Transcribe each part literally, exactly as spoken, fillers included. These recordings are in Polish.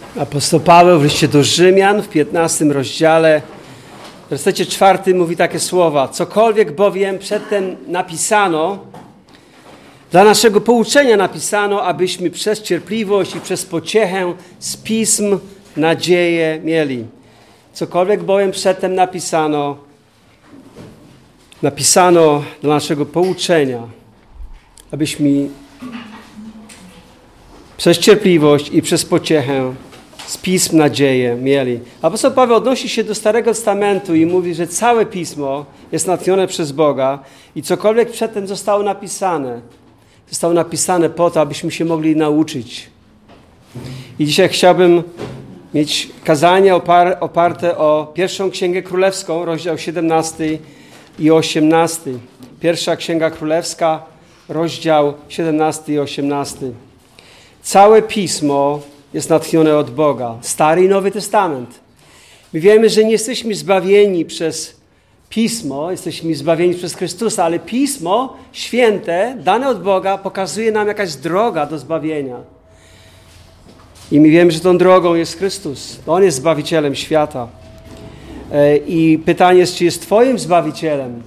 Apostoł Paweł w liście do Rzymian w piętnastym rozdziale, w wersecie czwartym mówi takie słowa: cokolwiek bowiem przedtem napisano, dla naszego pouczenia napisano, abyśmy przez cierpliwość i przez pociechę z pism nadzieję mieli. Cokolwiek bowiem przedtem napisano, napisano dla naszego pouczenia, abyśmy przez cierpliwość i przez pociechę z pism nadzieję mieli. Apostoł Paweł odnosi się do Starego Testamentu i mówi, że całe Pismo jest natchnione przez Boga i cokolwiek przedtem zostało napisane, zostało napisane po to, abyśmy się mogli nauczyć. I dzisiaj chciałbym mieć kazanie opar- oparte o pierwszą Księgę Królewską, rozdział siedemnasty i osiemnasty. Pierwsza Księga Królewska, rozdział siedemnasty i osiemnasty. Całe Pismo jest natchnione od Boga. Stary i Nowy Testament. My wiemy, że nie jesteśmy zbawieni przez Pismo, jesteśmy zbawieni przez Chrystusa, ale Pismo Święte, dane od Boga, pokazuje nam jakaś droga do zbawienia. I my wiemy, że tą drogą jest Chrystus. On jest Zbawicielem świata. I pytanie jest, czy jest Twoim Zbawicielem?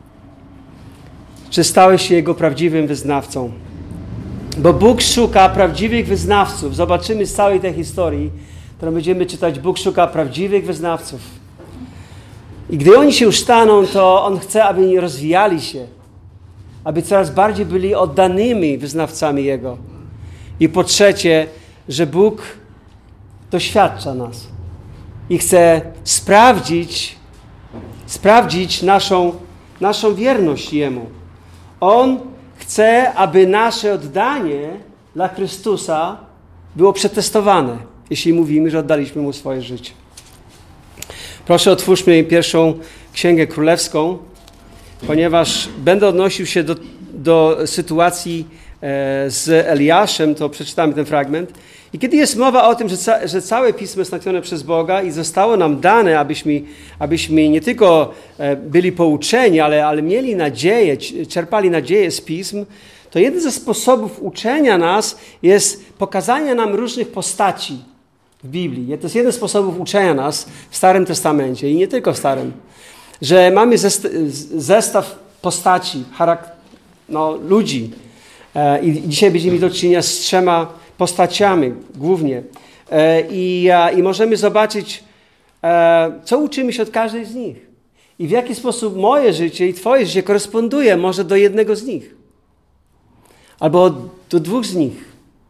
Czy stałeś się Jego prawdziwym wyznawcą? Bo Bóg szuka prawdziwych wyznawców. Zobaczymy z całej tej historii, którą będziemy czytać. Bóg szuka prawdziwych wyznawców. I gdy oni się ustaną, to On chce, aby oni rozwijali się. Aby coraz bardziej byli oddanymi wyznawcami Jego. I po trzecie, że Bóg doświadcza nas. I chce sprawdzić, sprawdzić naszą, naszą wierność Jemu. On chce, aby nasze oddanie dla Chrystusa było przetestowane, jeśli mówimy, że oddaliśmy Mu swoje życie. Proszę, otwórzmy pierwszą Księgę Królewską, ponieważ będę odnosił się do, do sytuacji e, z Eliaszem, to przeczytamy ten fragment. I kiedy jest mowa o tym, że, ca, że całe Pismo jest natchnione przez Boga i zostało nam dane, abyśmy, abyśmy nie tylko byli pouczeni, ale, ale mieli nadzieję, czerpali nadzieję z Pism, to jeden ze sposobów uczenia nas jest pokazanie nam różnych postaci w Biblii. To jest jeden z sposobów uczenia nas w Starym Testamencie i nie tylko w Starym. Że mamy zestaw postaci, charak- no, ludzi. I dzisiaj będziemy mieli do czynienia z trzema postaciami głównie. I, I możemy zobaczyć, co uczymy się od każdej z nich. I w jaki sposób moje życie i Twoje życie koresponduje może do jednego z nich. Albo do dwóch z nich.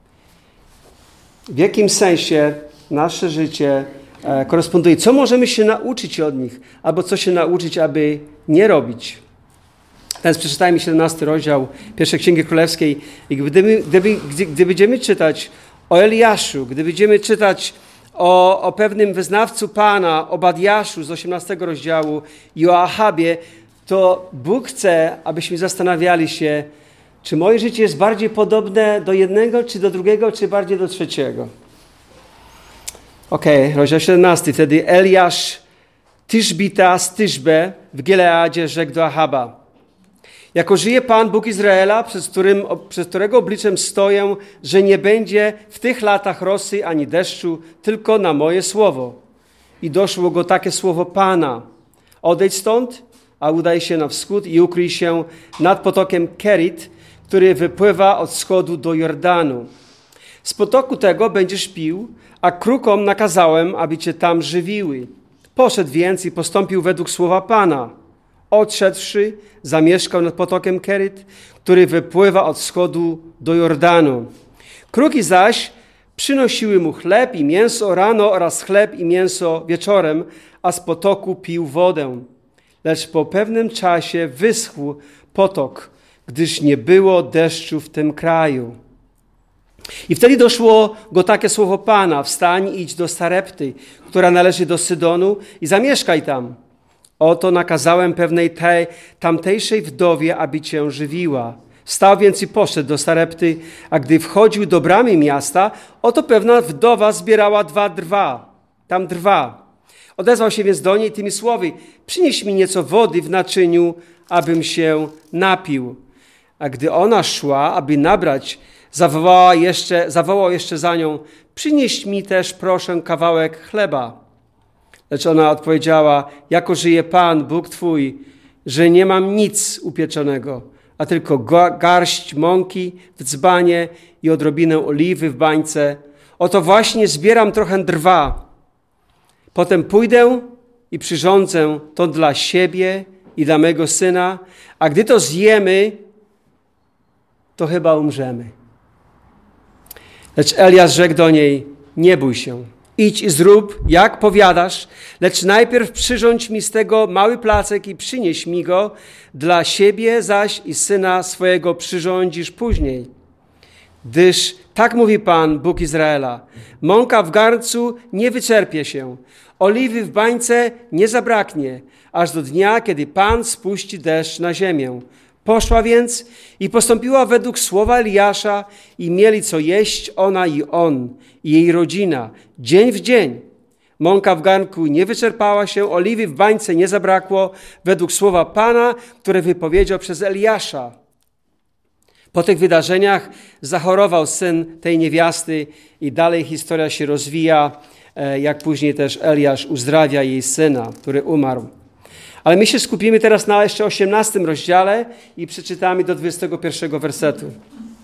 W jakim sensie nasze życie koresponduje. Co możemy się nauczyć od nich. Albo co się nauczyć, aby nie robić. Teraz przeczytajmy siedemnasty rozdział pierwszej Księgi Królewskiej i gdy, gdy, gdy, gdy będziemy czytać o Eliaszu, gdy będziemy czytać o, o pewnym wyznawcu Pana, Obadiaszu z osiemnastego rozdziału i o Ahabie, to Bóg chce, abyśmy zastanawiali się, czy moje życie jest bardziej podobne do jednego, czy do drugiego, czy bardziej do trzeciego. Okej, okay, rozdział siedemnasty. Wtedy Eliasz Tyszbita z Tyszbe w Gileadzie rzekł do Ahaba: jako żyje Pan, Bóg Izraela, przez, którym, przez którego obliczem stoję, że nie będzie w tych latach rosy ani deszczu, tylko na moje słowo. I doszło go takie słowo Pana: odejdź stąd, a udaj się na wschód i ukryj się nad potokiem Kerit, który wypływa od wschodu do Jordanu. Z potoku tego będziesz pił, a krukom nakazałem, aby cię tam żywiły. Poszedł więc i postąpił według słowa Pana. Odszedłszy, zamieszkał nad potokiem Kerit, który wypływa od wschodu do Jordanu. Kruki zaś przynosiły mu chleb i mięso rano oraz chleb i mięso wieczorem, a z potoku pił wodę. Lecz po pewnym czasie wyschł potok, gdyż nie było deszczu w tym kraju. I wtedy doszło go takie słowo Pana: wstań i idź do Sarepty, która należy do Sydonu, i zamieszkaj tam. Oto nakazałem pewnej tej, tamtejszej wdowie, aby cię żywiła. Wstał więc i poszedł do Sarepty, a gdy wchodził do bramy miasta, oto pewna wdowa zbierała dwa drwa, tam drwa. Odezwał się więc do niej tymi słowy: przynieś mi nieco wody w naczyniu, abym się napił. A gdy ona szła, aby nabrać Zawołała jeszcze, zawołał jeszcze za nią: przynieś mi też, proszę, kawałek chleba. Lecz ona odpowiedziała: jako żyje Pan, Bóg twój, że nie mam nic upieczonego, a tylko garść mąki w dzbanie i odrobinę oliwy w bańce. Oto właśnie zbieram trochę drwa. Potem pójdę i przyrządzę to dla siebie i dla mego syna, a gdy to zjemy, to chyba umrzemy. Lecz Eliasz rzekł do niej: nie bój się, idź i zrób, jak powiadasz, lecz najpierw przyrządź mi z tego mały placek i przynieś mi go, dla siebie zaś i syna swojego przyrządzisz później. Gdyż tak mówi Pan, Bóg Izraela: mąka w garncu nie wyczerpie się, oliwy w bańce nie zabraknie, aż do dnia, kiedy Pan spuści deszcz na ziemię. Poszła więc i postąpiła według słowa Eliasza i mieli co jeść ona i on, i jej rodzina, dzień w dzień. Mąka w garnku nie wyczerpała się, oliwy w bańce nie zabrakło, według słowa Pana, które wypowiedział przez Eliasza. Po tych wydarzeniach zachorował syn tej niewiasty i dalej historia się rozwija, jak później też Eliasz uzdrawia jej syna, który umarł. Ale my się skupimy teraz na jeszcze osiemnastym rozdziale i przeczytamy do dwudziestego pierwszego wersetu.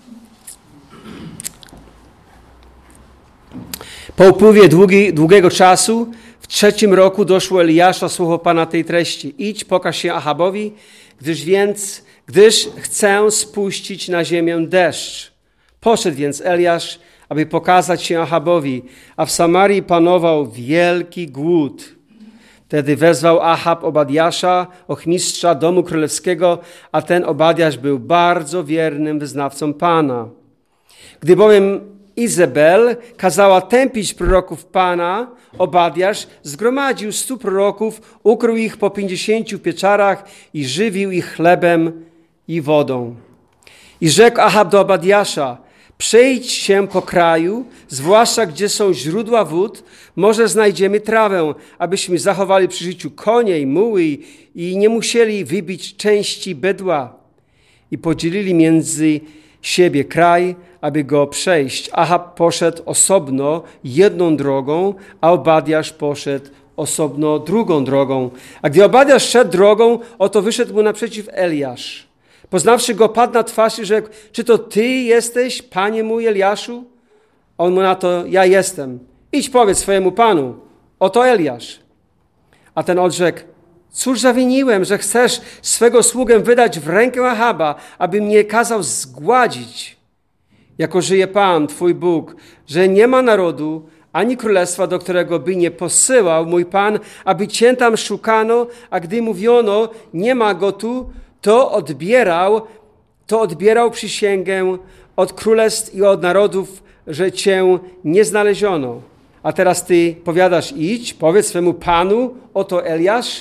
Po upływie długi, długiego czasu, w trzecim roku doszło Eliasza słowo Pana tej treści: idź, pokaż się Ahabowi, gdyż więc, gdyż chcę spuścić na ziemię deszcz. Poszedł więc Eliasz, aby pokazać się Ahabowi, a w Samarii panował wielki głód. Wtedy wezwał Ahab Obadiasza, ochmistrza domu królewskiego, a ten Obadiasz był bardzo wiernym wyznawcą Pana. Gdy bowiem Izabel kazała tępić proroków Pana, Obadiasz zgromadził stu proroków, ukrył ich po pięćdziesięciu pieczarach i żywił ich chlebem i wodą. I rzekł Ahab do Obadiasza: przejdź się po kraju, zwłaszcza gdzie są źródła wód, może znajdziemy trawę, abyśmy zachowali przy życiu konie i muły i nie musieli wybić części bydła. I podzielili między siebie kraj, aby go przejść. Ahab poszedł osobno jedną drogą, a Obadiasz poszedł osobno drugą drogą. A gdy Obadiasz szedł drogą, oto wyszedł mu naprzeciw Eliasz. Poznawszy go, padł na twarz i rzekł: czy to ty jesteś, panie mój Eliaszu? On mu na to: ja jestem. Idź, powiedz swojemu panu: oto Eliasz. A ten odrzekł: cóż zawiniłem, że chcesz swego sługę wydać w rękę Ahaba, aby mnie kazał zgładzić? Jako żyje Pan, twój Bóg, że nie ma narodu, ani królestwa, do którego by nie posyłał mój Pan, aby cię tam szukano, a gdy mówiono: nie ma go tu, to odbierał, to odbierał przysięgę od królestw i od narodów, że cię nie znaleziono. A teraz ty powiadasz: idź, powiedz swemu Panu: oto Eliasz.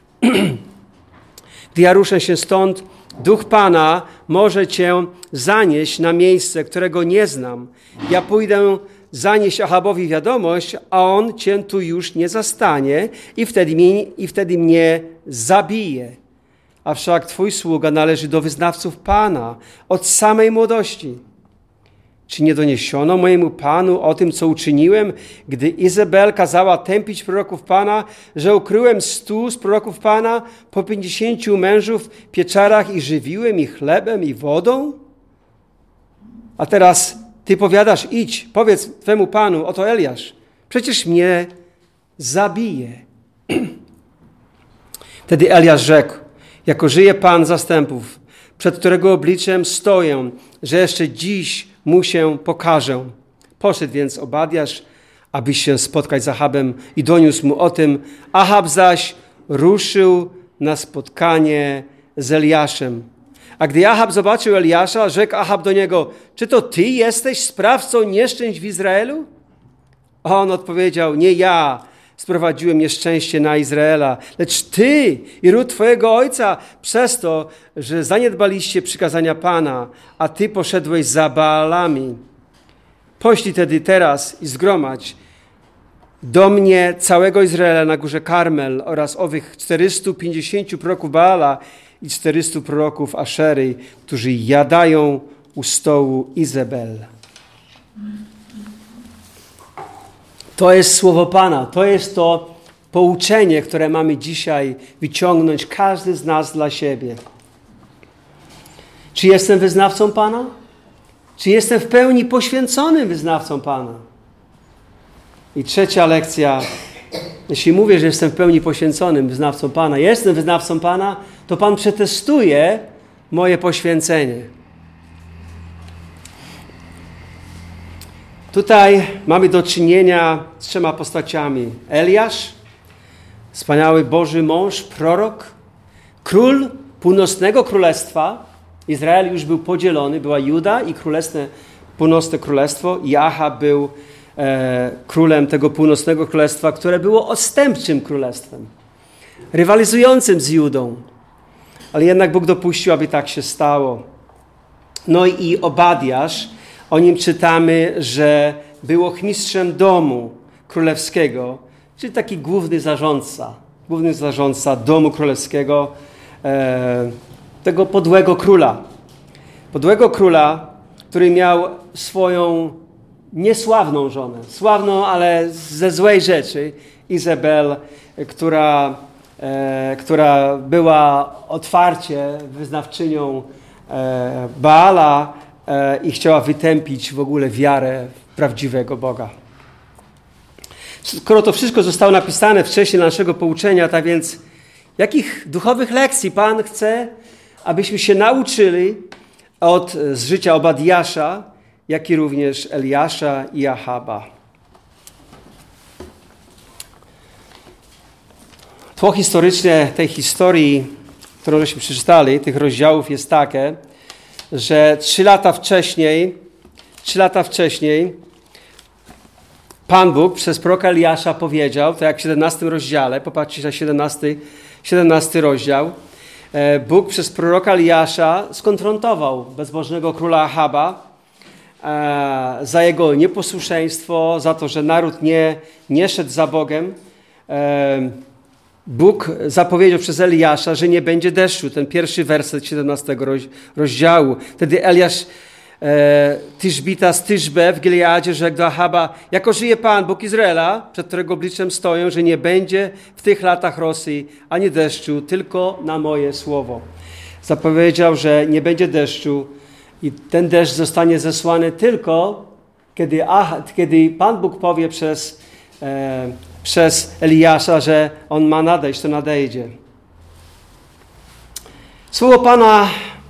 Gdy ja ruszę się stąd, Duch Pana może cię zanieść na miejsce, którego nie znam. Ja pójdę zanieść Ahabowi wiadomość, a on cię tu już nie zastanie i wtedy mnie, i wtedy mnie zabije. A wszak twój sługa należy do wyznawców Pana od samej młodości. Czy nie doniesiono mojemu Panu o tym, co uczyniłem, gdy Izabel kazała tępić proroków Pana, że ukryłem stu z proroków Pana po pięćdziesięciu mężów w pieczarach i żywiłem ich chlebem i wodą? A teraz ty powiadasz: idź, powiedz twemu Panu: oto Eliasz. Przecież mnie zabije. Wtedy Eliasz rzekł: jako żyje Pan zastępów, przed którego obliczem stoję, że jeszcze dziś mu się pokażę. Poszedł więc Obadiasz, aby się spotkać z Ahabem, i doniósł mu o tym. Ahab zaś ruszył na spotkanie z Eliaszem. A gdy Ahab zobaczył Eliasza, rzekł Ahab do niego: czy to ty jesteś sprawcą nieszczęść w Izraelu? A on odpowiedział: nie ja sprowadziłem nieszczęście na Izraela, lecz ty i ród twojego ojca, przez to, że zaniedbaliście przykazania Pana, a ty poszedłeś za Baalami. Poślij tedy teraz i zgromadź do mnie całego Izraela na górze Karmel oraz owych czterystu pięćdziesięciu proroków Baala i czterystu proroków Aszery, którzy jadają u stołu Izabel. To jest słowo Pana. To jest to pouczenie, które mamy dzisiaj wyciągnąć każdy z nas dla siebie. Czy jestem wyznawcą Pana? Czy jestem w pełni poświęconym wyznawcą Pana? I trzecia lekcja. Jeśli mówię, że jestem w pełni poświęconym wyznawcą Pana, jestem wyznawcą Pana, to Pan przetestuje moje poświęcenie. Tutaj mamy do czynienia z trzema postaciami. Eliasz, wspaniały Boży mąż, prorok, król północnego królestwa. Izrael już był podzielony, była Juda i królestne, północne królestwo. I Ahab był e, królem tego północnego królestwa, które było odstępczym królestwem, rywalizującym z Judą. Ale jednak Bóg dopuścił, aby tak się stało. No i Obadiasz, o nim czytamy, że był ochmistrzem domu królewskiego, czyli taki główny zarządca, główny zarządca domu królewskiego, e, tego podłego króla. Podłego króla, który miał swoją niesławną żonę, sławną, ale ze złej rzeczy, Izabel, która, e, która była otwarcie wyznawczynią e, Baala e, i chciała wytępić w ogóle wiarę w prawdziwego Boga. Skoro to wszystko zostało napisane wcześniej dla naszego pouczenia, tak więc jakich duchowych lekcji Pan chce, abyśmy się nauczyli od z życia Obadiasza, jak i również Eliasza i Ahaba. Tło historyczne tej historii, którą żeśmy przeczytali, tych rozdziałów jest takie, że trzy lata wcześniej, trzy lata wcześniej Pan Bóg przez proroka Eliasza powiedział, to jak w siedemnastym rozdziale, popatrzcie na siedemnasty, siedemnasty rozdział, Bóg przez proroka Eliasza skonfrontował bezbożnego króla Ahaba e, za jego nieposłuszeństwo, za to, że naród nie, nie szedł za Bogiem. E, Bóg zapowiedział przez Eliasza, że nie będzie deszczu. Ten pierwszy werset siedemnastego rozdziału. Wtedy Eliasz e, Tyszbita z Tyszbe w Gileadzie rzekł do Ahaba: jako żyje Pan, Bóg Izraela, przed którego obliczem stoję, że nie będzie w tych latach rosy ani deszczu, tylko na moje słowo. Zapowiedział, że nie będzie deszczu i ten deszcz zostanie zesłany tylko, kiedy, aha, kiedy Pan Bóg powie przez, e, przez Eliasza, że on ma nadejść, to nadejdzie. Słowo Pana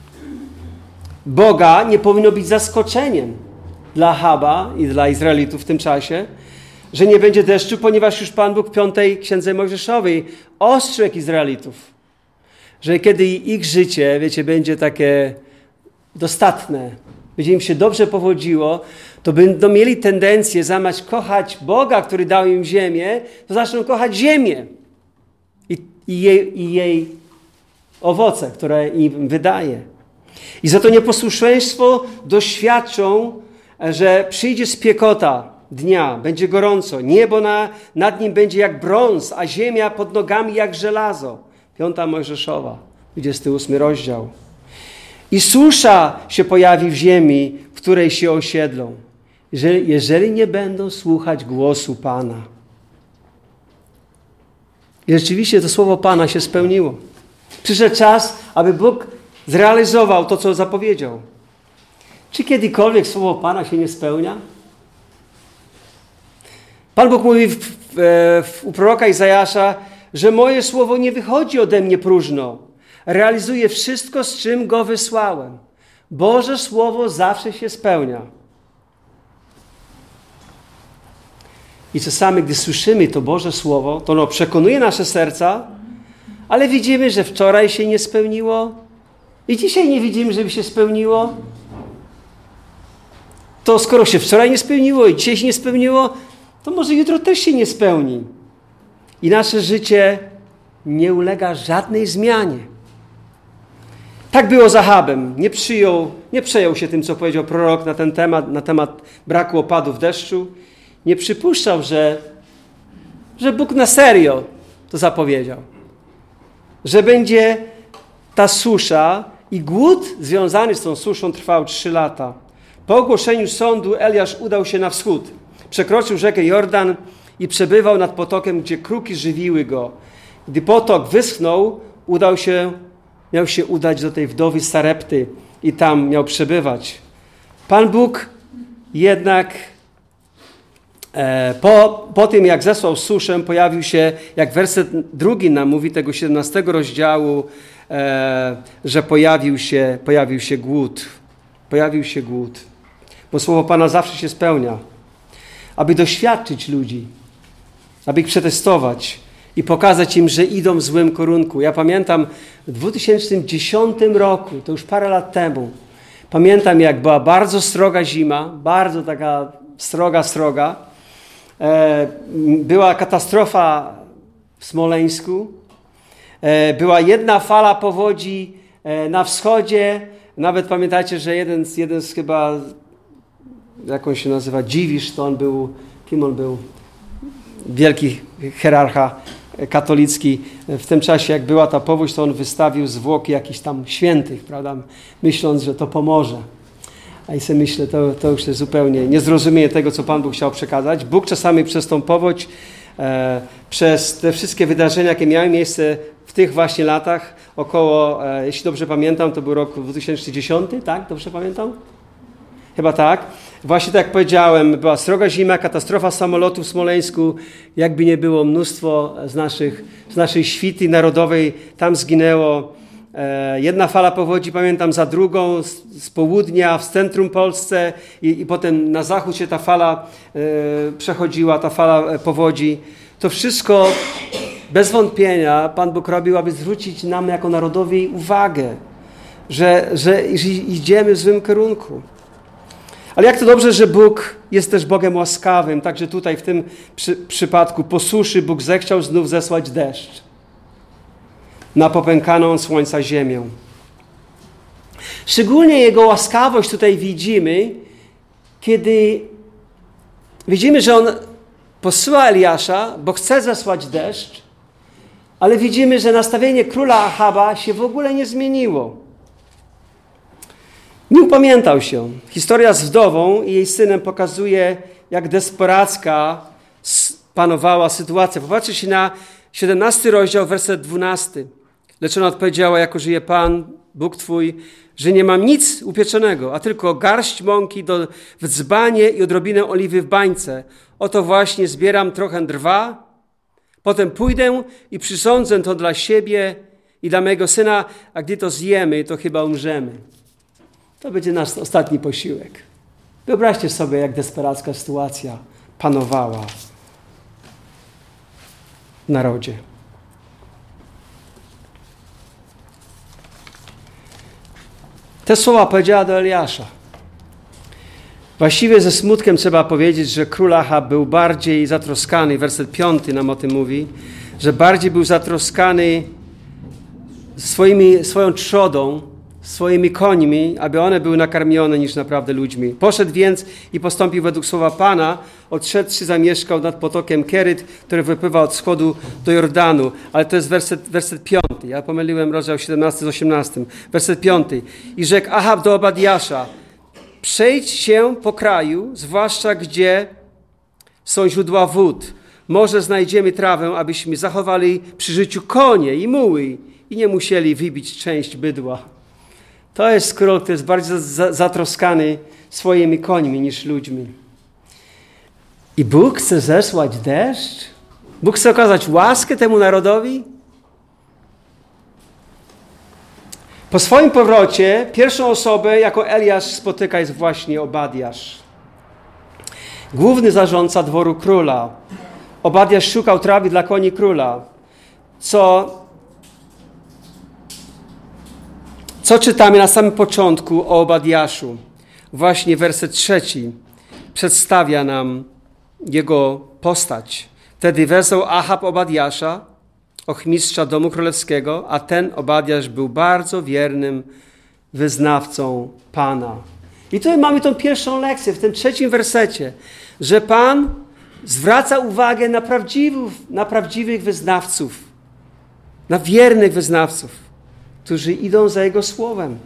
Boga nie powinno być zaskoczeniem dla Ahaba i dla Izraelitów w tym czasie, że nie będzie deszczu, ponieważ już Pan Bóg w piątej Księdze Mojżeszowej ostrzegł Izraelitów, że kiedy ich życie, wiecie, będzie takie dostatne, będzie im się dobrze powodziło, to będą mieli tendencję zamiast kochać Boga, który dał im ziemię, to zaczną kochać ziemię i, i, jej, i jej owoce, które im wydaje. I za to nieposłuszeństwo doświadczą, że przyjdzie spiekota dnia, będzie gorąco, niebo na, nad nim będzie jak brąz, a ziemia pod nogami jak żelazo. Piąta Mojżeszowa, dwudziesty ósmy rozdział. I susza się pojawi w ziemi, w której się osiedlą, jeżeli, jeżeli nie będą słuchać głosu Pana. I rzeczywiście to słowo Pana się spełniło. Przyszedł czas, aby Bóg zrealizował to, co zapowiedział. Czy kiedykolwiek słowo Pana się nie spełnia? Pan Bóg mówi w, w, w, u proroka Izajasza, że moje słowo nie wychodzi ode mnie próżno. Realizuje wszystko, z czym go wysłałem. Boże słowo zawsze się spełnia. I czasami, gdy słyszymy to Boże słowo, to ono przekonuje nasze serca, ale widzimy, że wczoraj się nie spełniło i dzisiaj nie widzimy, żeby się spełniło. To skoro się wczoraj nie spełniło i dzisiaj się nie spełniło, to może jutro też się nie spełni. I nasze życie nie ulega żadnej zmianie. Tak było z Ahabem. Nie przyjął, nie przejął się tym, co powiedział prorok na ten temat, na temat braku opadów deszczu. Nie przypuszczał, że, że Bóg na serio to zapowiedział. Że będzie ta susza I głód związany z tą suszą trwał trzy lata. Po ogłoszeniu sądu Eliasz udał się na wschód. Przekroczył rzekę Jordan i przebywał nad potokiem, gdzie kruki żywiły go. Gdy potok wyschnął, udał się, miał się udać do tej wdowy Sarepty i tam miał przebywać. Pan Bóg jednak e, po, po tym, jak zesłał suszę, pojawił się, jak werset drugi nam mówi, tego siedemnastego rozdziału, e, że pojawił się, pojawił się głód. Pojawił się głód. Bo słowo Pana zawsze się spełnia. Aby doświadczyć ludzi, aby ich przetestować i pokazać im, że idą w złym kierunku. Ja pamiętam w dwa tysiące dziesiątym roku, to już parę lat temu, pamiętam, jak była bardzo sroga zima, bardzo taka sroga, sroga. E, była katastrofa w Smoleńsku. E, była jedna fala powodzi e, na wschodzie. Nawet pamiętacie, że jeden z, jeden z chyba, jak on się nazywa, Dziwisz, to on był, kim on był? Wielki hierarcha katolicki. W tym czasie, jak była ta powódź, to on wystawił zwłoki jakichś tam świętych, prawda? Myśląc, że to pomoże. A i sobie myślę, to, to już jest zupełnie niezrozumienie tego, co Pan Bóg chciał przekazać. Bóg czasami przez tą powódź, e, przez te wszystkie wydarzenia, jakie miały miejsce w tych właśnie latach, około, e, jeśli dobrze pamiętam, to był rok dwa tysiące dziesiąty, tak? Dobrze pamiętam? Chyba tak. Właśnie tak jak powiedziałem, była sroga zima, katastrofa samolotu w Smoleńsku. Jakby nie było, mnóstwo z, naszych, z naszej świty narodowej tam zginęło. E, jedna fala powodzi, pamiętam, za drugą z, z południa w centrum Polsce i, i potem na zachód się ta fala e, przechodziła, ta fala powodzi. To wszystko bez wątpienia Pan Bóg robił, aby zwrócić nam jako narodowi uwagę, że, że idziemy w złym kierunku. Ale jak to dobrze, że Bóg jest też Bogiem łaskawym. Także tutaj w tym przy, przypadku po suszy Bóg zechciał znów zesłać deszcz na popękaną słońca ziemię. Szczególnie Jego łaskawość tutaj widzimy, kiedy widzimy, że On posyła Eliasza, bo chce zesłać deszcz, ale widzimy, że nastawienie króla Achaba się w ogóle nie zmieniło. Nie upamiętał się. Historia z wdową i jej synem pokazuje, jak desperacka panowała sytuacja. Popatrzcie się na siedemnasty rozdział, werset dwunasty. Lecz ona odpowiedziała, jako żyje Pan, Bóg Twój, że nie mam nic upieczonego, a tylko garść mąki do, w dzbanie i odrobinę oliwy w bańce. Oto właśnie zbieram trochę drwa, potem pójdę i przysądzę to dla siebie i dla mojego syna, a gdy to zjemy, to chyba umrzemy. To będzie nasz ostatni posiłek. Wyobraźcie sobie, jak desperacka sytuacja panowała w narodzie. Te słowa powiedziała do Eliasza. Właściwie ze smutkiem trzeba powiedzieć, że król Achab był bardziej zatroskany, werset piąty nam o tym mówi, że bardziej był zatroskany swoimi, swoją trzodą, swoimi końmi, aby one były nakarmione niż naprawdę ludźmi. Poszedł więc i postąpił według słowa Pana, odszedłszy zamieszkał nad potokiem Keryt, który wypływa od wschodu do Jordanu. Ale to jest werset, werset piąty. Ja pomyliłem rozdział siedemnasty z osiemnastym. Werset piąty. I rzekł Achab do Obadiasza, przejdź się po kraju, zwłaszcza gdzie są źródła wód. Może znajdziemy trawę, abyśmy zachowali przy życiu konie i muły i nie musieli wybić część bydła. To jest król, który jest bardziej zatroskany swoimi końmi niż ludźmi. I Bóg chce zesłać deszcz? Bóg chce okazać łaskę temu narodowi? Po swoim powrocie pierwszą osobę jako Eliasz spotyka jest właśnie Obadiasz. Główny zarządca dworu króla. Obadiasz szukał trawy dla koni króla. Co... Co czytamy na samym początku o Obadiaszu? Właśnie werset trzeci przedstawia nam jego postać. Wtedy wezwał Achab Obadiasza, ochmistrza domu królewskiego, a ten Obadiasz był bardzo wiernym wyznawcą Pana. I tutaj mamy tą pierwszą lekcję w tym trzecim wersecie, że Pan zwraca uwagę na prawdziwych, na prawdziwych wyznawców, na wiernych wyznawców. którzy idą za Jego słowem.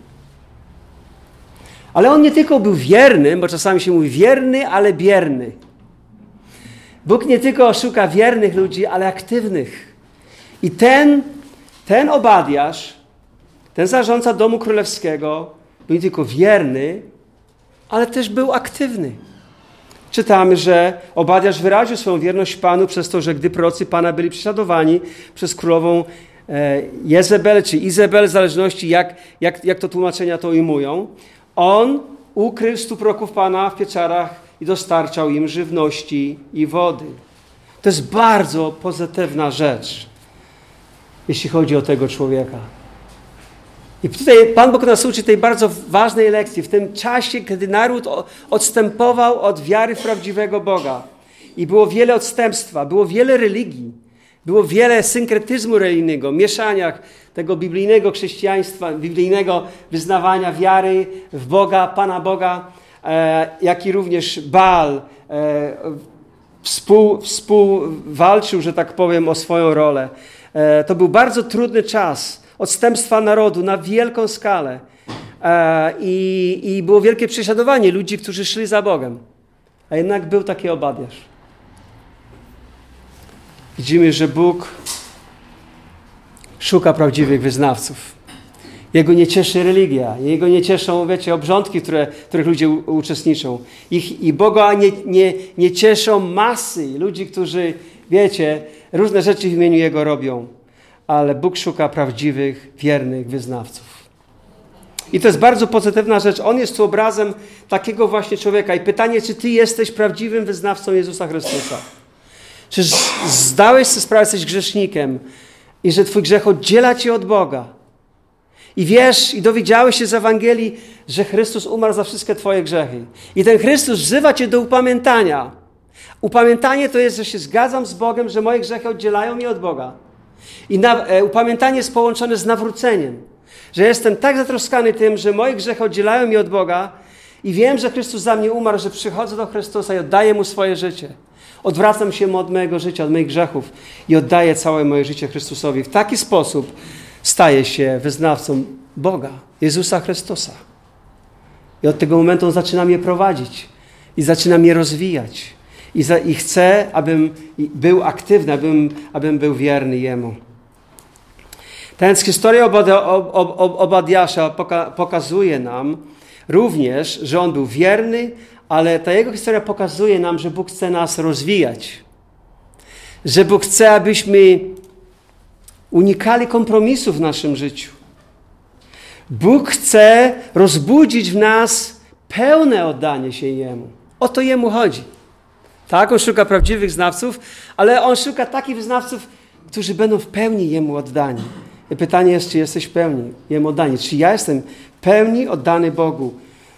Ale On nie tylko był wierny, bo czasami się mówi wierny, ale bierny. Bóg nie tylko szuka wiernych ludzi, ale aktywnych. I ten, ten Obadiasz, ten zarządca domu królewskiego, był nie tylko wierny, ale też był aktywny. Czytamy, że Obadiasz wyraził swoją wierność Panu przez to, że gdy prorocy Pana byli prześladowani przez królową Jezebel czy Izabel, w zależności jak, jak, jak to tłumaczenia to ujmują, on ukrył stu proroków Pana w pieczarach i dostarczał im żywności i wody. To jest bardzo pozytywna rzecz, jeśli chodzi o tego człowieka. I tutaj Pan Bóg nas uczy tej bardzo ważnej lekcji. W tym czasie, kiedy naród odstępował od wiary w prawdziwego Boga i było wiele odstępstwa, było wiele religii, było wiele synkretyzmu religijnego, mieszania tego biblijnego chrześcijaństwa, biblijnego wyznawania wiary w Boga, Pana Boga, e, jak i również Baal e, współ, współwalczył, że tak powiem, o swoją rolę. E, to był bardzo trudny czas odstępstwa narodu na wielką skalę e, i, i było wielkie prześladowanie ludzi, którzy szli za Bogiem. A jednak był taki Obadiasz. Widzimy, że Bóg szuka prawdziwych wyznawców. Jego nie cieszy religia, Jego nie cieszą, wiecie, obrządki, które, w których ludzie u, uczestniczą. Ich, I Boga nie, nie, nie cieszą masy ludzi, którzy, wiecie, różne rzeczy w imieniu Jego robią. Ale Bóg szuka prawdziwych, wiernych wyznawców. I to jest bardzo pozytywna rzecz. On jest tu obrazem takiego właśnie człowieka. I pytanie, czy ty jesteś prawdziwym wyznawcą Jezusa Chrystusa? Czy zdałeś sobie sprawę, że jesteś grzesznikiem i że twój grzech oddziela cię od Boga? I wiesz, i dowiedziałeś się z Ewangelii, że Chrystus umarł za wszystkie twoje grzechy. I ten Chrystus wzywa cię do upamiętania. Upamiętanie to jest, że się zgadzam z Bogiem, że moje grzechy oddzielają mnie od Boga. I na, e, upamiętanie jest połączone z nawróceniem. Że jestem tak zatroskany tym, że moje grzechy oddzielają mnie od Boga i wiem, że Chrystus za mnie umarł, że przychodzę do Chrystusa i oddaję Mu swoje życie. Odwracam się od mojego życia, od moich grzechów i oddaję całe moje życie Chrystusowi. W taki sposób staję się wyznawcą Boga, Jezusa Chrystusa. I od tego momentu On zaczyna mnie prowadzić i zaczyna mnie rozwijać. I, za, i chcę, abym był aktywny, abym, abym był wierny Jemu. Więc historia Obadia, ob, ob, Obadiasza poka, pokazuje nam również, że on był wierny, ale ta jego historia pokazuje nam, że Bóg chce nas rozwijać. Że Bóg chce, abyśmy unikali kompromisów w naszym życiu. Bóg chce rozbudzić w nas pełne oddanie się Jemu. O to Jemu chodzi. Tak, On szuka prawdziwych znawców, ale On szuka takich wyznawców, którzy będą w pełni Jemu oddani. I pytanie jest, czy jesteś w pełni Jemu oddani? Czy ja jestem w pełni oddany Bogu?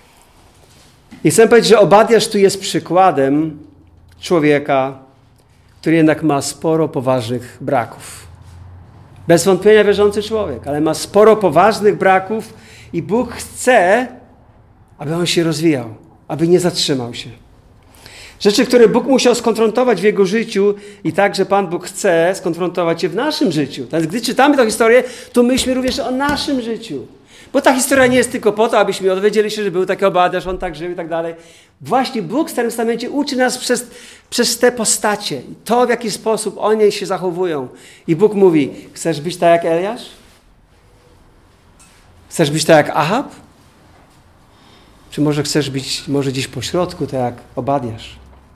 I chcę powiedzieć, że Obadiasz tu jest przykładem człowieka, który jednak ma sporo poważnych braków. Bez wątpienia wierzący człowiek, ale ma sporo poważnych braków i Bóg chce, aby on się rozwijał, aby nie zatrzymał się. Rzeczy, które Bóg musiał skonfrontować w jego życiu i także Pan Bóg chce skonfrontować je w naszym życiu. Więc gdy czytamy tę historię, to myślmy również o naszym życiu. Bo ta historia nie jest tylko po to, abyśmy dowiedzieli się, że był taki Obadiasz, on tak żył i tak dalej. Właśnie Bóg w Starym Testamencie uczy nas przez, przez te postacie. To, w jaki sposób oni się zachowują. I Bóg mówi, chcesz być tak jak Eliasz? Chcesz być tak jak Ahab? Czy może chcesz być może gdzieś po środku, tak jak Obadiasz?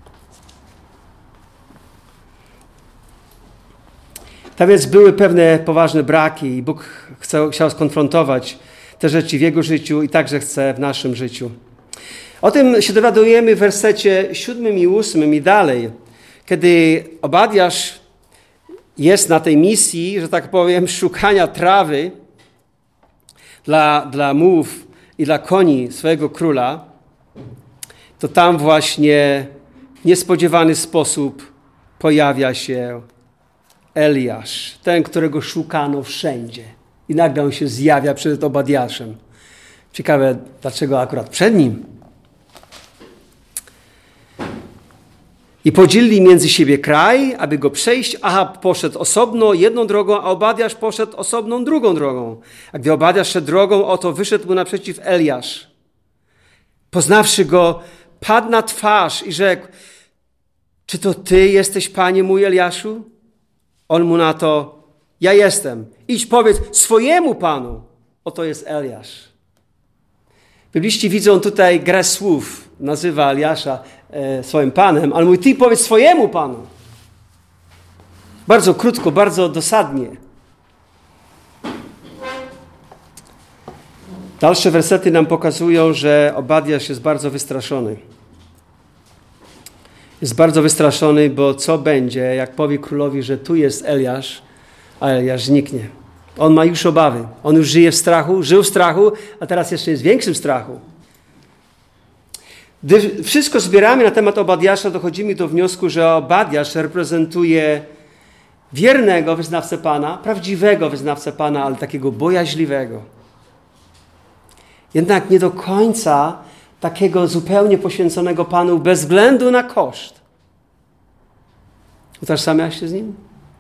Tak więc były pewne poważne braki i Bóg chciał, chciał skonfrontować te rzeczy w jego życiu i także chce w naszym życiu. O tym się dowiadujemy w wersecie siódmym i ósmym i dalej, kiedy Obadiasz jest na tej misji, że tak powiem, szukania trawy dla, dla mułów i dla koni swojego króla, to tam właśnie w niespodziewany sposób pojawia się Eliasz, ten, którego szukano wszędzie. I nagle on się zjawia przed Obadiaszem. Ciekawe, dlaczego akurat przed nim. I podzielili między siebie kraj, aby go przejść. Ahab poszedł osobno jedną drogą, a Obadiasz poszedł osobną drugą drogą. A gdy Obadiasz szedł drogą, oto wyszedł mu naprzeciw Eliasz. Poznawszy go, padł na twarz i rzekł: czy to ty jesteś, panie mój Eliaszu? On mu na to: ja jestem. Idź powiedz swojemu panu, oto jest Eliasz. Bibliści widzą tutaj grę słów. Nazywa Eliasza e, swoim panem, ale mówi: ty powiedz swojemu panu. Bardzo krótko, bardzo dosadnie. Dalsze wersety nam pokazują, że Obadiasz jest bardzo wystraszony. Jest bardzo wystraszony, bo co będzie, jak powie królowi, że tu jest Eliasz, a Eliasz zniknie. On ma już obawy. On już żyje w strachu, żył w strachu, a teraz jeszcze jest w większym strachu. Gdy wszystko zbieramy na temat Obadiasza, dochodzimy do wniosku, że Obadiasz reprezentuje wiernego wyznawcę Pana, prawdziwego wyznawcę Pana, ale takiego bojaźliwego. Jednak nie do końca takiego zupełnie poświęconego Panu bez względu na koszt. Utożsamiasz się z nim?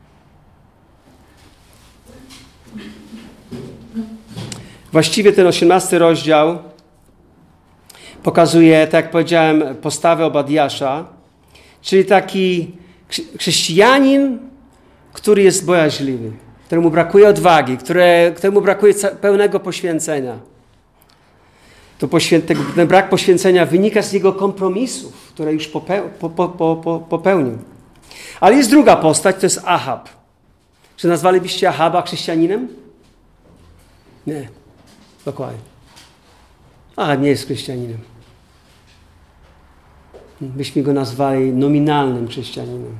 Właściwie ten osiemnasty rozdział pokazuje, tak jak powiedziałem, postawę Obadiasza, czyli taki chrześcijanin, który jest bojaźliwy, któremu brakuje odwagi, które, któremu brakuje pełnego poświęcenia. To poświę, ten brak poświęcenia wynika z jego kompromisów, które już popeł, po, po, po, po, popełnił. Ale jest druga postać, to jest Ahab. Czy nazwalibyście Ahaba chrześcijaninem? Nie, dokładnie. Ahab nie jest chrześcijaninem. Byśmy go nazwali nominalnym chrześcijaninem.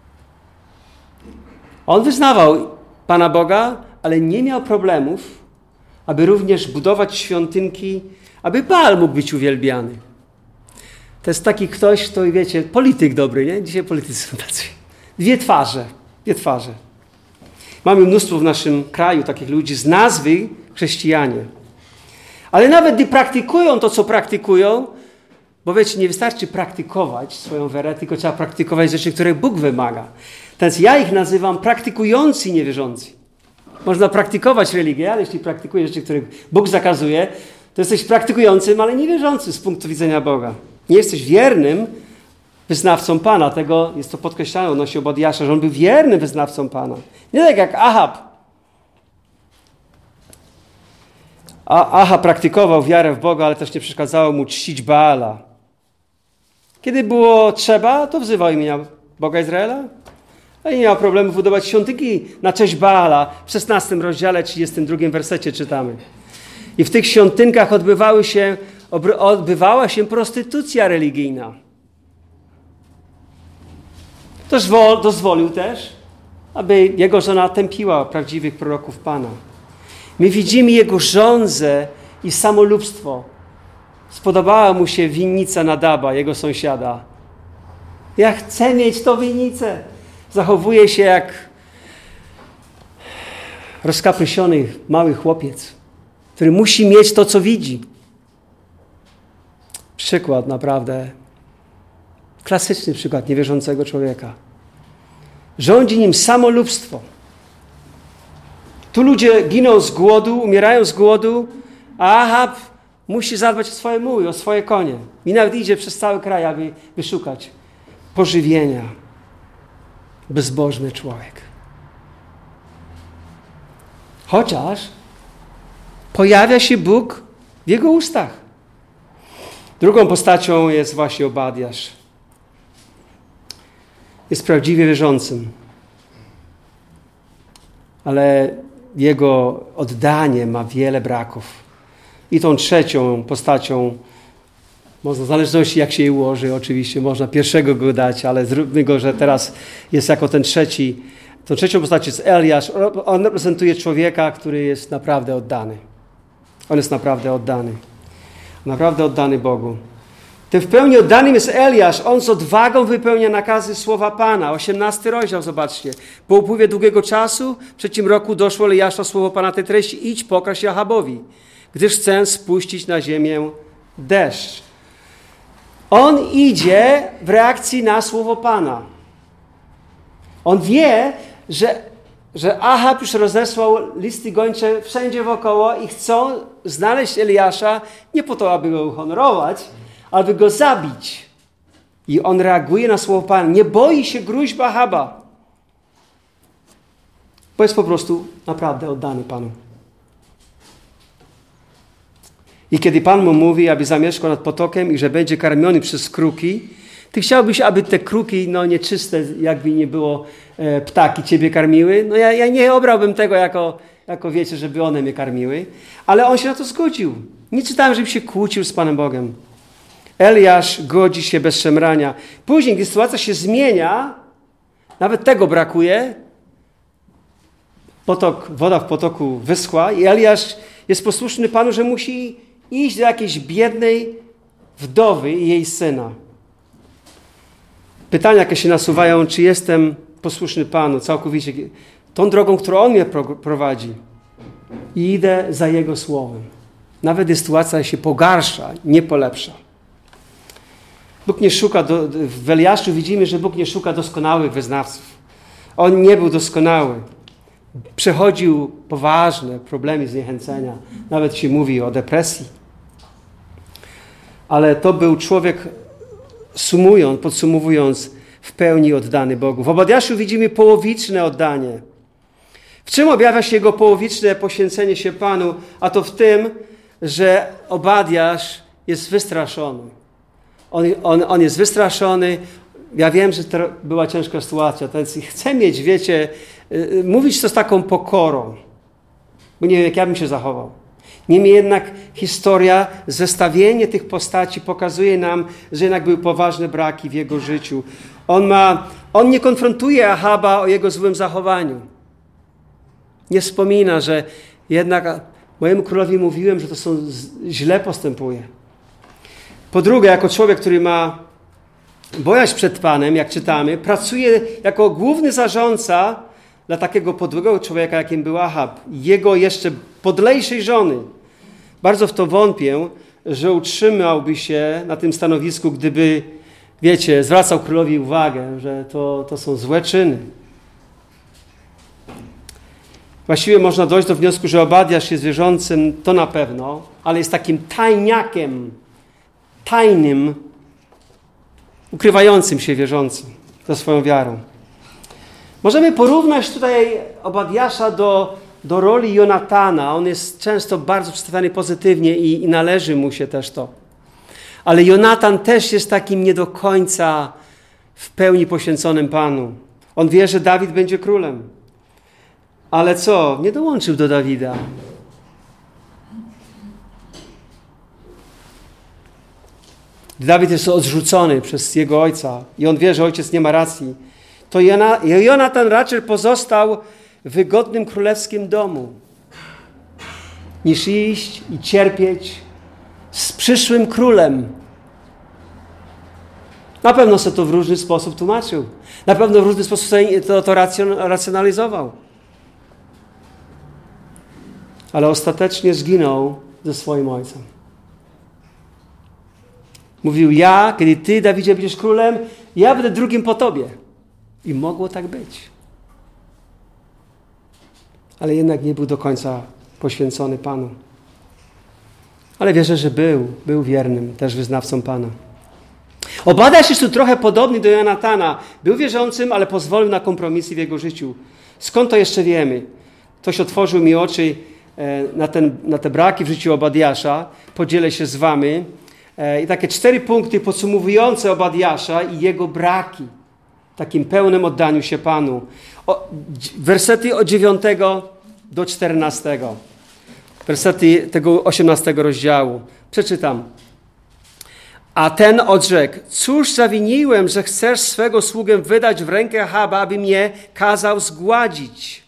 On wyznawał Pana Boga, ale nie miał problemów, aby również budować świątynki, aby Baal mógł być uwielbiany. To jest taki ktoś, kto, wiecie, polityk dobry, nie? Dzisiaj politycy są tacy. Dwie twarze, dwie twarze. Mamy mnóstwo w naszym kraju takich ludzi z nazwy chrześcijanie. Ale nawet gdy praktykują to, co praktykują, bo wiecie, nie wystarczy praktykować swoją wiarę, tylko trzeba praktykować rzeczy, które Bóg wymaga. Więc ja ich nazywam praktykujący niewierzący. Można praktykować religię, ale jeśli praktykujesz rzeczy, których Bóg zakazuje, to jesteś praktykującym, ale niewierzącym z punktu widzenia Boga. Nie jesteś wiernym wyznawcą Pana. Tego jest to podkreślane odnośnie Obadiasza, że on był wiernym wyznawcą Pana. Nie tak jak Ahab. A Ahab praktykował wiarę w Boga, ale też nie przeszkadzało mu czcić Baala. Kiedy było trzeba, to wzywał imienia Boga Izraela. A nie miał problemu budować świątyni na cześć Baala. W szesnastym rozdziale, trzydziestym drugim wersecie czytamy. I w tych świątynkach odbywały się, odbywała się prostytucja religijna. Toż dozwolił też, aby jego żona tępiła prawdziwych proroków Pana. My widzimy jego żądzę i samolubstwo. Spodobała mu się winnica Nadaba, jego sąsiada. Ja chcę mieć tą winnicę. Zachowuje się jak rozkaprysiony mały chłopiec, który musi mieć to, co widzi. Przykład naprawdę, klasyczny przykład niewierzącego człowieka. Rządzi nim samolubstwo. Tu ludzie giną z głodu, umierają z głodu, a Ahab musi zadbać o swoje muły, o swoje konie. I nawet idzie przez cały kraj, aby wyszukać pożywienia. Bezbożny człowiek. Chociaż pojawia się Bóg w jego ustach. Drugą postacią jest właśnie Obadiasz. Jest prawdziwie wierzącym. Ale jego oddanie ma wiele braków. I tą trzecią postacią, można w zależności jak się jej ułoży, oczywiście można pierwszego go dać, ale zróbmy go, że teraz jest jako ten trzeci. Tą trzecią postacią jest Eliasz. On reprezentuje człowieka, który jest naprawdę oddany. On jest naprawdę oddany. Naprawdę oddany Bogu. Tym w pełni oddanym jest Eliasz. On z odwagą wypełnia nakazy słowa Pana. osiemnasty rozdział, zobaczcie. Po upływie długiego czasu, w trzecim roku doszło Eliasza słowo Pana tej treści. Idź, pokaż się Ahabowi, gdyż chcę spuścić na ziemię deszcz. On idzie w reakcji na słowo Pana. On wie, że, że Ahab już rozesłał listy gończe wszędzie wokoło i chcą znaleźć Eliasza nie po to, aby go uhonorować, ale aby go zabić. I on reaguje na słowo Pana. Nie boi się gruźb Ahaba. Bo jest po prostu naprawdę oddany Panu. I kiedy Pan mu mówi, aby zamieszkał nad potokiem i że będzie karmiony przez kruki, ty chciałbyś, aby te kruki, no nieczyste, jakby nie było, e, ptaki ciebie karmiły? No ja, ja nie obrałbym tego jako, jako, wiecie, żeby one mnie karmiły. Ale on się na to zgodził. Nie czytałem, żeby się kłócił z Panem Bogiem. Eliasz godzi się bez szemrania. Później, gdy sytuacja się zmienia, nawet tego brakuje, potok, woda w potoku wyschła i Eliasz jest posłuszny Panu, że musi iść do jakiejś biednej wdowy i jej syna. Pytania, jakie się nasuwają, czy jestem posłuszny Panu całkowicie, tą drogą, którą On mnie prowadzi. I idę za Jego słowem. Nawet gdy sytuacja się pogarsza, nie polepsza. Bóg nie szuka, do, w Eliaszu widzimy, że Bóg nie szuka doskonałych wyznawców. On nie był doskonały. Przechodził poważne problemy zniechęcenia. Nawet się mówi o depresji. Ale to był człowiek, sumując, podsumowując, w pełni oddany Bogu. W Obadiaszu widzimy połowiczne oddanie. W czym objawia się jego połowiczne poświęcenie się Panu? A to w tym, że Obadiasz jest wystraszony. On, on, on jest wystraszony. Ja wiem, że to była ciężka sytuacja. Więc chcę mieć, wiecie, yy, mówić to z taką pokorą. Bo nie wiem, jak ja bym się zachował. Niemniej jednak historia, zestawienie tych postaci pokazuje nam, że jednak były poważne braki w jego życiu. On, ma, on nie konfrontuje Ahaba o jego złym zachowaniu. Nie wspomina, że jednak mojemu królowi mówiłem, że to są źle postępuje. Po drugie, jako człowiek, który ma bojaźń przed Panem, jak czytamy, pracuje jako główny zarządca dla takiego podłego człowieka, jakim był Ahab, jego jeszcze podlejszej żony. Bardzo w to wątpię, że utrzymałby się na tym stanowisku, gdyby, wiecie, zwracał królowi uwagę, że to, to są złe czyny. Właściwie można dojść do wniosku, że Obadiasz jest wierzącym, to na pewno, ale jest takim tajniakiem, tajnym, ukrywającym się wierzącym za swoją wiarą. Możemy porównać tutaj Obadiasza do, do roli Jonatana. On jest często bardzo przedstawiany pozytywnie i, i należy mu się też to. Ale Jonatan też jest takim nie do końca w pełni poświęconym Panu. On wie, że Dawid będzie królem. Ale co? Nie dołączył do Dawida. Dawid jest odrzucony przez jego ojca i on wie, że ojciec nie ma racji. To Jonatan raczej pozostał w wygodnym królewskim domu, niż iść i cierpieć z przyszłym królem. Na pewno sobie to w różny sposób tłumaczył. Na pewno w różny sposób sobie to, to racjonalizował. Ale ostatecznie zginął ze swoim ojcem. Mówił, ja, kiedy ty, Dawidzie, będziesz królem, ja będę drugim po tobie. I mogło tak być. Ale jednak nie był do końca poświęcony Panu. Ale wierzę, że był, był wiernym też wyznawcą Pana. Obadiasz jest tu trochę podobny do Jonatana. Był wierzącym, ale pozwolił na kompromisy w jego życiu. Skąd to jeszcze wiemy? Ktoś otworzył mi oczy na, ten, na te braki w życiu Obadiasza. Podzielę się z wami. I takie cztery punkty podsumowujące Obadiasza i jego braki. Takim pełnym oddaniu się Panu. O, wersety od dziewiątego do czternastego. Wersety tego osiemnastego rozdziału. Przeczytam. A ten odrzekł, cóż zawiniłem, że chcesz swego sługę wydać w rękę Ahaba, aby mnie kazał zgładzić.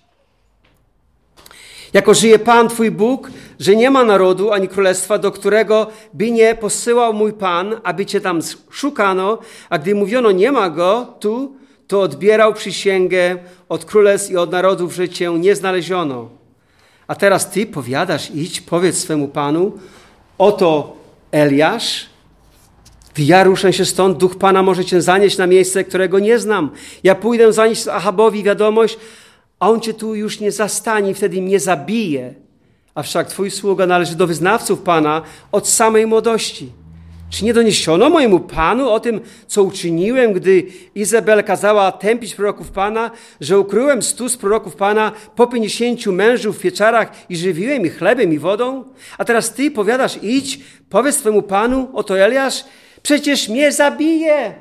Jako żyje Pan Twój Bóg, że nie ma narodu ani królestwa, do którego by nie posyłał mój Pan, aby Cię tam szukano, a gdy mówiono nie ma Go tu, to odbierał przysięgę od królestw i od narodów, że Cię nie znaleziono. A teraz Ty powiadasz, idź, powiedz swemu Panu, oto Eliasz, Ja ruszę się stąd, duch Pana może cię zanieść na miejsce, którego nie znam. Ja pójdę zanieść Ahabowi wiadomość, a on cię tu już nie zastanie i wtedy mnie zabije. A wszak twój sługa należy do wyznawców Pana od samej młodości. Czy nie doniesiono mojemu Panu o tym, co uczyniłem, gdy Izabel kazała tępić proroków Pana, że ukryłem stu z proroków Pana po pięćdziesięciu mężów w pieczarach i żywiłem ich chlebem i wodą? A teraz ty powiadasz, idź, powiedz twemu Panu, oto Eliasz, przecież mnie zabije.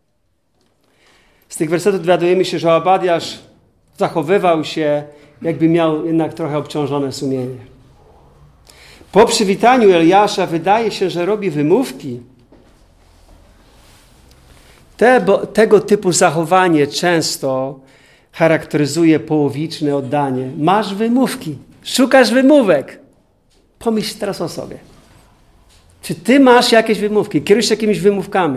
Z tych wersetów dowiadujemy się, że Obadiasz zachowywał się, jakby miał jednak trochę obciążone sumienie. Po przywitaniu Eliasza wydaje się, że robi wymówki. Te, bo, tego typu zachowanie często charakteryzuje połowiczne oddanie. Masz wymówki, szukasz wymówek. Pomyśl teraz o sobie. Czy ty masz jakieś wymówki? Kierujesz się jakimiś wymówkami?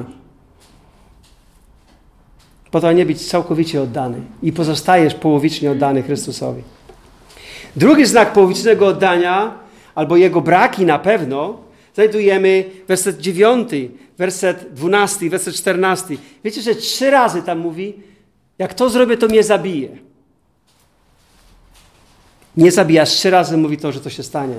Po to nie być całkowicie oddany i pozostajesz połowicznie oddany Chrystusowi. Drugi znak połowicznego oddania, albo jego braki na pewno, znajdujemy werset dziewiąty, werset dwunasty, werset czternasty. Wiecie, że trzy razy tam mówi, jak to zrobię, to mnie zabije. Nie zabijasz, trzy razy mówi to, że to się stanie.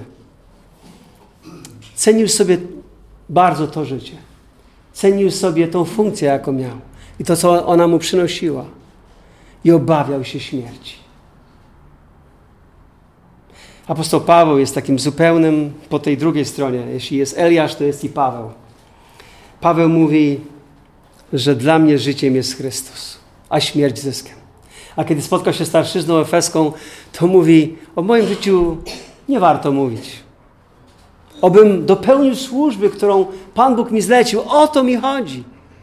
Cenił sobie bardzo to życie. Cenił sobie tą funkcję, jaką miał. I to, co ona mu przynosiła. I obawiał się śmierci. Apostoł Paweł jest takim zupełnym po tej drugiej stronie. Jeśli jest Eliasz, to jest i Paweł. Paweł mówi, że dla mnie życiem jest Chrystus, a śmierć zyskiem. A kiedy spotkał się z starszyzną efeską, to mówi, o moim życiu nie warto mówić. Obym dopełnił służby, którą Pan Bóg mi zlecił. O to mi chodzi.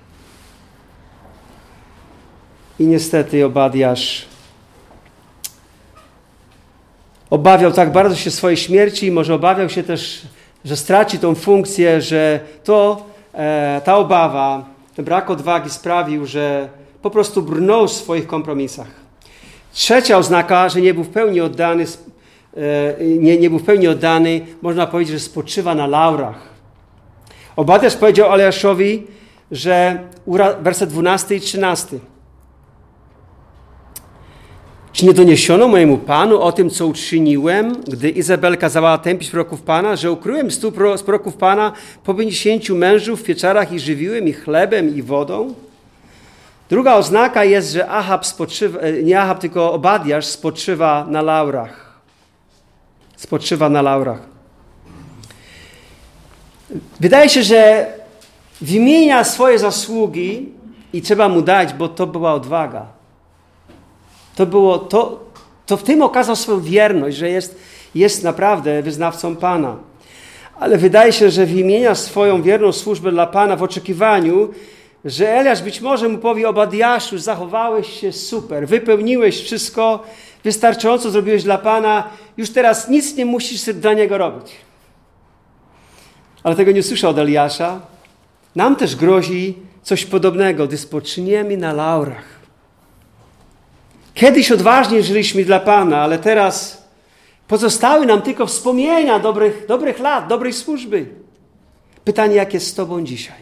I niestety Obadiasz obawiał tak bardzo się swojej śmierci i może obawiał się też, że straci tą funkcję, że to, e, ta obawa, ten brak odwagi sprawił, że po prostu brnął w swoich kompromisach. Trzecia oznaka, że nie był w pełni oddany, e, nie, nie był w pełni oddany, można powiedzieć, że spoczywa na laurach. Obadiasz powiedział Eliaszowi, że werset dwunasty i trzynasty. Czy nie doniesiono mojemu Panu o tym, co uczyniłem, gdy Izabel kazała tępić proroków Pana, że ukryłem stu z proroków Pana po pięćdziesięciu mężów w pieczarach i żywiłem ich chlebem i wodą? Druga oznaka jest, że Ahab spoczywa, nie Ahab, tylko Obadiasz spoczywa na laurach. Spoczywa na laurach. Wydaje się, że wymienia swoje zasługi i trzeba mu dać, bo to była odwaga. To było, to, to w tym okazał swoją wierność, że jest, jest naprawdę wyznawcą Pana. Ale wydaje się, że wymienia swoją wierną służbę dla Pana w oczekiwaniu, że Eliasz być może mu powie, Obadiaszu, zachowałeś się super, wypełniłeś wszystko, wystarczająco zrobiłeś dla Pana, już teraz nic nie musisz dla Niego robić. Ale tego nie słyszę od Eliasza. Nam też grozi coś podobnego, gdy spoczniemy na laurach. Kiedyś odważnie żyliśmy dla Pana, ale teraz pozostały nam tylko wspomnienia dobrych, dobrych lat, dobrej służby. Pytanie, jak jest z Tobą dzisiaj?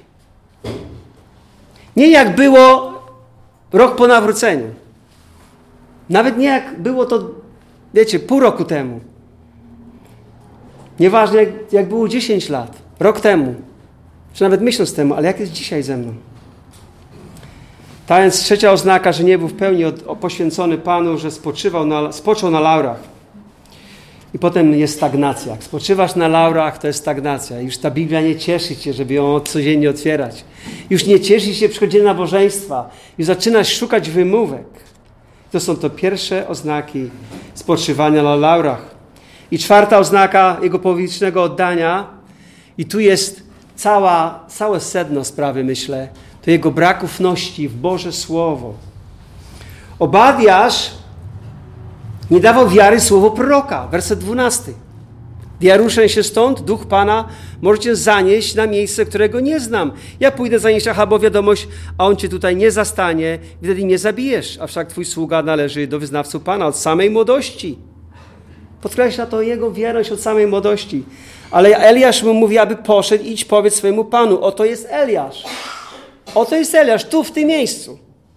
Nie jak było rok po nawróceniu. Nawet nie jak było to, wiecie, pół roku temu. Nieważne jak, jak było dziesięć lat, rok temu, czy nawet miesiąc temu, ale jak jest dzisiaj ze mną? Ta więc trzecia oznaka, że nie był w pełni od, poświęcony Panu, że spoczywał na, spoczął na laurach. I potem jest stagnacja. Jak spoczywasz na laurach, to jest stagnacja. Już ta Biblia nie cieszy cię, żeby ją codziennie otwierać. Już nie cieszy się przychodzenie nabożeństwa. Już zaczynasz szukać wymówek. To są to pierwsze oznaki spoczywania na laurach. I czwarta oznaka jego połowicznego oddania. I tu jest cała, całe sedno sprawy, myślę. To jego brak ufności w Boże Słowo. Obadiasz nie dawał wiary słowo proroka. Werset dwunasty. Ja ruszę się stąd, duch Pana może cię zanieść na miejsce, którego nie znam. Ja pójdę zanieść Ahabowi wiadomość, a on cię tutaj nie zastanie, wtedy mnie zabijesz. A wszak twój sługa należy do wyznawców Pana od samej młodości. Podkreśla to jego wierność od samej młodości. Ale Eliasz mu mówi, aby poszedł, idź powiedz swojemu Panu. Oto jest Eliasz. Oto jest Eliasz, tu w tym miejscu.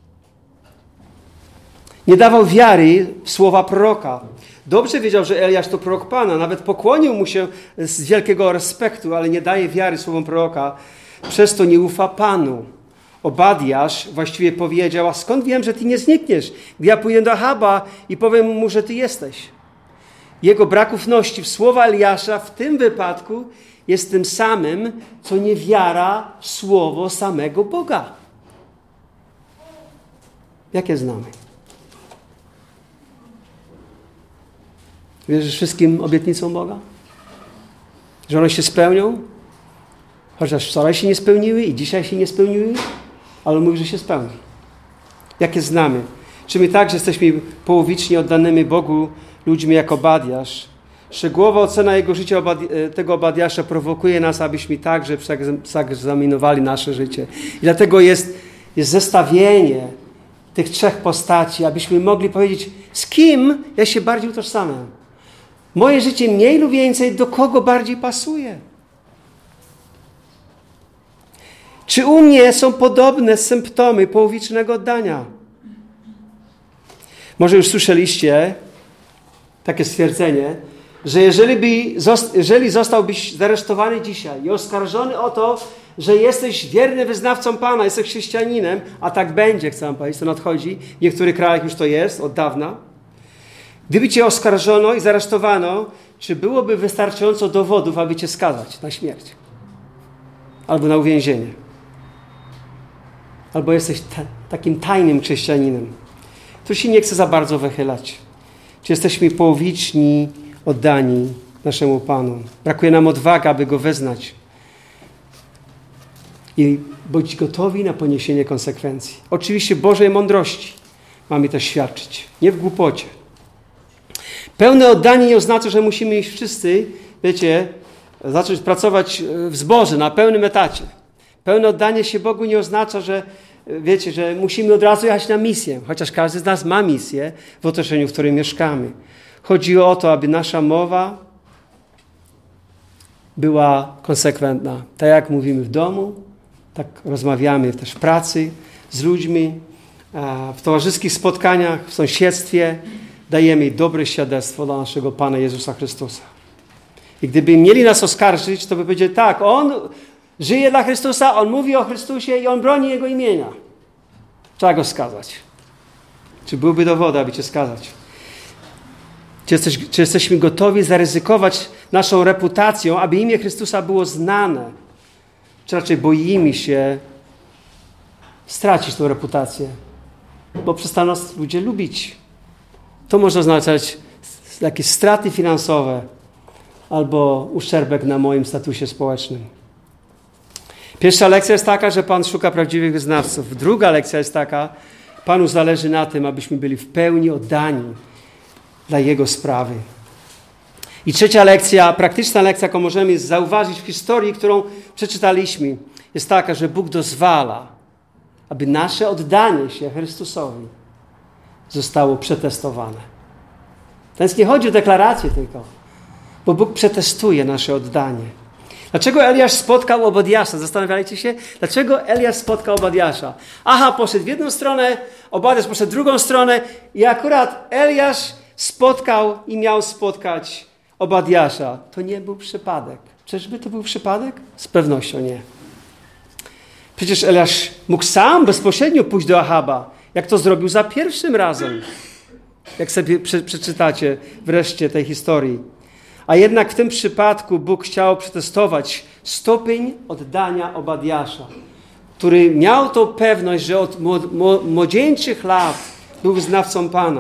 Nie dawał wiary w słowa proroka. Dobrze wiedział, że Eliasz to prorok Pana. Nawet pokłonił mu się z wielkiego respektu, ale nie daje wiary słowom proroka. Przez to nie ufa Panu. Obadiasz właściwie powiedział, a skąd wiem, że ty nie znikniesz, gdy ja pójdę do Ahaba i powiem mu, że ty jesteś. Jego brak ufności w słowa Eliasza w tym wypadku jest tym samym, co niewiara w słowo samego Boga. Jakie znamy? Wierzysz wszystkim obietnicom Boga? Że one się spełnią? Chociaż wczoraj się nie spełniły i dzisiaj się nie spełniły, ale mówi, że się spełni. Jakie znamy? Czy my także jesteśmy połowicznie oddanymi Bogu ludźmi jak Obadiasz? Szczegółowa ocena jego życia, tego Obadiasza prowokuje nas, abyśmy także zaegzaminowali nasze życie. I dlatego jest, jest zestawienie tych trzech postaci, abyśmy mogli powiedzieć, z kim ja się bardziej utożsamiam. Moje życie mniej lub więcej do kogo bardziej pasuje. Czy u mnie są podobne symptomy połowicznego oddania? Może już słyszeliście takie stwierdzenie, że jeżeli, by, jeżeli zostałbyś zaresztowany dzisiaj i oskarżony o to, że jesteś wierny wyznawcą Pana, jesteś chrześcijaninem, a tak będzie, chcę wam powiedzieć, to nadchodzi, w niektórych krajach już to jest od dawna. Gdyby cię oskarżono i zaresztowano, czy byłoby wystarczająco dowodów, aby cię skazać na śmierć? Albo na uwięzienie? Albo jesteś ta, takim tajnym chrześcijaninem, który się nie chce za bardzo wychylać. Czy jesteśmy połowiczni, oddani naszemu Panu? Brakuje nam odwagi, aby Go wyznać. I być gotowi na poniesienie konsekwencji. Oczywiście Bożej mądrości mamy też świadczyć. Nie w głupocie. Pełne oddanie nie oznacza, że musimy iść wszyscy, wiecie, zacząć pracować w zborze na pełnym etacie. Pełne oddanie się Bogu nie oznacza, że wiecie, że musimy od razu jechać na misję, chociaż każdy z nas ma misję w otoczeniu, w którym mieszkamy. Chodzi o to, aby nasza mowa była konsekwentna. Tak jak mówimy w domu, tak rozmawiamy też w pracy z ludźmi, w towarzyskich spotkaniach, w sąsiedztwie. Dajemy dobre świadectwo dla naszego Pana Jezusa Chrystusa. I gdyby mieli nas oskarżyć, to by powiedzieli, tak, On żyje dla Chrystusa, On mówi o Chrystusie i On broni Jego imienia. Trzeba Go skazać. Czy byłby dowody, aby Cię skazać? Czy, jesteś, czy jesteśmy gotowi zaryzykować naszą reputacją, aby imię Chrystusa było znane? Czy raczej boimy się stracić tę reputację? Bo przestaną nas ludzie lubić. To może oznaczać jakieś straty finansowe albo uszczerbek na moim statusie społecznym. Pierwsza lekcja jest taka, że Pan szuka prawdziwych wyznawców. Druga lekcja jest taka, Panu zależy na tym, abyśmy byli w pełni oddani dla Jego sprawy. I trzecia lekcja, praktyczna lekcja, jaką możemy zauważyć w historii, którą przeczytaliśmy, jest taka, że Bóg dozwala, aby nasze oddanie się Chrystusowi zostało przetestowane. Więc nie chodzi o deklarację tylko, bo Bóg przetestuje nasze oddanie. Dlaczego Eliasz spotkał Obadiasza? Zastanawialiście się? Dlaczego Eliasz spotkał Obadiasza? Aha, poszedł w jedną stronę, Obadiasz poszedł w drugą stronę i akurat Eliasz spotkał i miał spotkać Obadiasza. To nie był przypadek. Czyżby to był przypadek? Z pewnością nie. Przecież Eliasz mógł sam bezpośrednio pójść do Ahaba, jak to zrobił za pierwszym razem. Jak sobie przeczytacie wreszcie tej historii. A jednak w tym przypadku Bóg chciał przetestować stopień oddania Obadiasza, który miał tą pewność, że od młodzieńczych lat był wyznawcą Pana.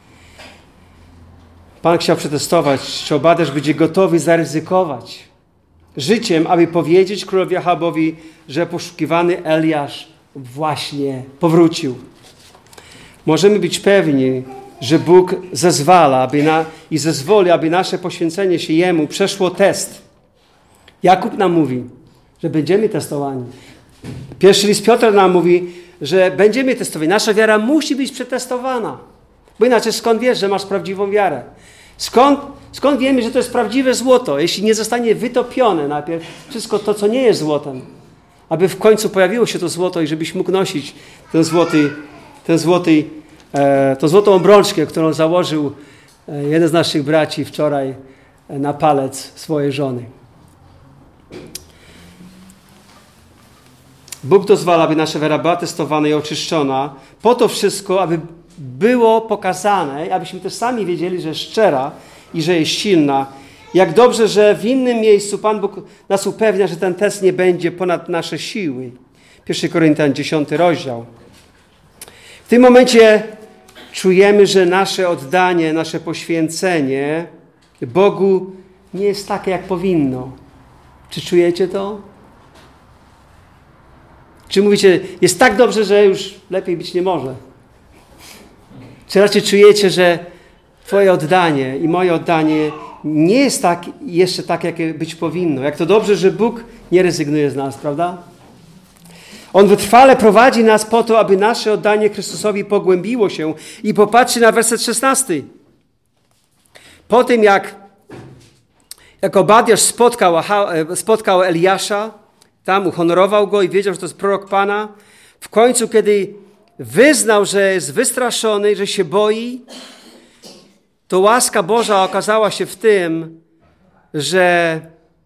Pan chciał przetestować, czy Obadiasz będzie gotowy zaryzykować życiem, aby powiedzieć królowi Ahabowi, że poszukiwany Eliasz właśnie powrócił. Możemy być pewni, że Bóg zezwala aby na, i zezwoli, aby nasze poświęcenie się Jemu przeszło test. Jakub nam mówi, że będziemy testowani. Pierwszy list Piotra nam mówi, że będziemy testowani. Nasza wiara musi być przetestowana. Bo inaczej skąd wiesz, że masz prawdziwą wiarę? Skąd, skąd wiemy, że to jest prawdziwe złoto, jeśli nie zostanie wytopione najpierw wszystko to, co nie jest złotem, aby w końcu pojawiło się to złoto i żebyś mógł nosić ten złoty, ten złoty, e, tą złotą obrączkę, którą założył e, jeden z naszych braci wczoraj e, na palec swojej żony. Bóg dozwala, aby nasza wiara była testowana i oczyszczona, po to wszystko, aby było pokazane, abyśmy też sami wiedzieli, że jest szczera i że jest silna. Jak dobrze, że w innym miejscu Pan Bóg nas upewnia, że ten test nie będzie ponad nasze siły. pierwszy Koryntian, dziesiąty rozdział. W tym momencie czujemy, że nasze oddanie, nasze poświęcenie Bogu nie jest takie, jak powinno. Czy czujecie to? Czy mówicie, jest tak dobrze, że już lepiej być nie może? Czy raczej czujecie, że Twoje oddanie i moje oddanie nie jest tak, jeszcze tak, jak być powinno? Jak to dobrze, że Bóg nie rezygnuje z nas, prawda? On wytrwale prowadzi nas po to, aby nasze oddanie Chrystusowi pogłębiło się. I popatrzcie na werset szesnasty. Po tym, jak, jak Obadiasz spotkał, spotkał Eliasza, tam uhonorował go i wiedział, że to jest prorok Pana, w końcu, kiedy wyznał, że jest wystraszony, że się boi, to łaska Boża okazała się w tym, że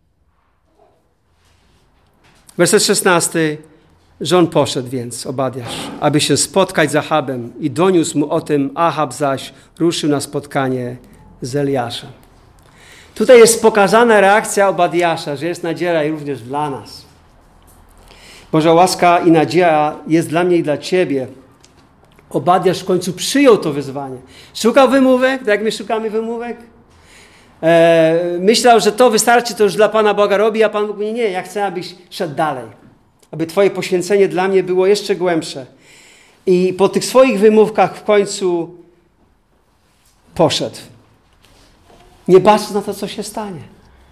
werset szesnasty, że on poszedł więc, Obadiasz, aby się spotkać z Achabem i doniósł mu o tym, Achab zaś ruszył na spotkanie z Eliaszem. Tutaj jest pokazana reakcja Obadiasza, że jest nadzieja również dla nas. Boża łaska i nadzieja jest dla mnie i dla Ciebie. Obadiasz w końcu przyjął to wyzwanie. Szukał wymówek, tak jak my szukamy wymówek. E, myślał, że to wystarczy, to już dla Pana Boga robi, a Pan Bóg mówi, nie, ja chcę, abyś szedł dalej. Aby Twoje poświęcenie dla mnie było jeszcze głębsze. I po tych swoich wymówkach w końcu poszedł. Nie patrz na to, co się stanie.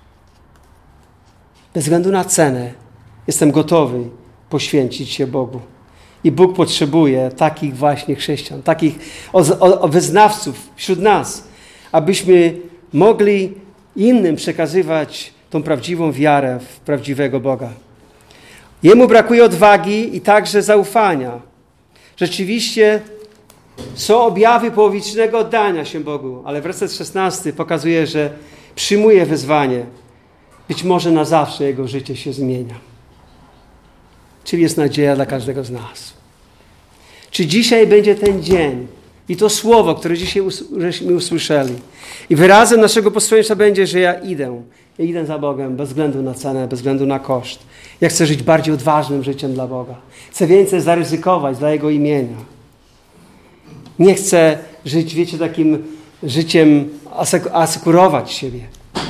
Bez względu na cenę jestem gotowy poświęcić się Bogu. I Bóg potrzebuje takich właśnie chrześcijan, takich o, o, o wyznawców wśród nas, abyśmy mogli innym przekazywać tą prawdziwą wiarę w prawdziwego Boga. Jemu brakuje odwagi i także zaufania. Rzeczywiście są objawy połowicznego oddania się Bogu, ale werset szesnasty pokazuje, że przyjmuje wyzwanie. Być może na zawsze jego życie się zmienia. Czyli jest nadzieja dla każdego z nas. Czy dzisiaj będzie ten dzień i to słowo, które dzisiaj żeśmy usłyszeli. I wyrazem naszego posłuszeństwa będzie, że ja idę. Ja idę za Bogiem bez względu na cenę, bez względu na koszt. Ja chcę żyć bardziej odważnym życiem dla Boga. Chcę więcej zaryzykować dla Jego imienia. Nie chcę żyć, wiecie, takim życiem, asek- asekurować siebie.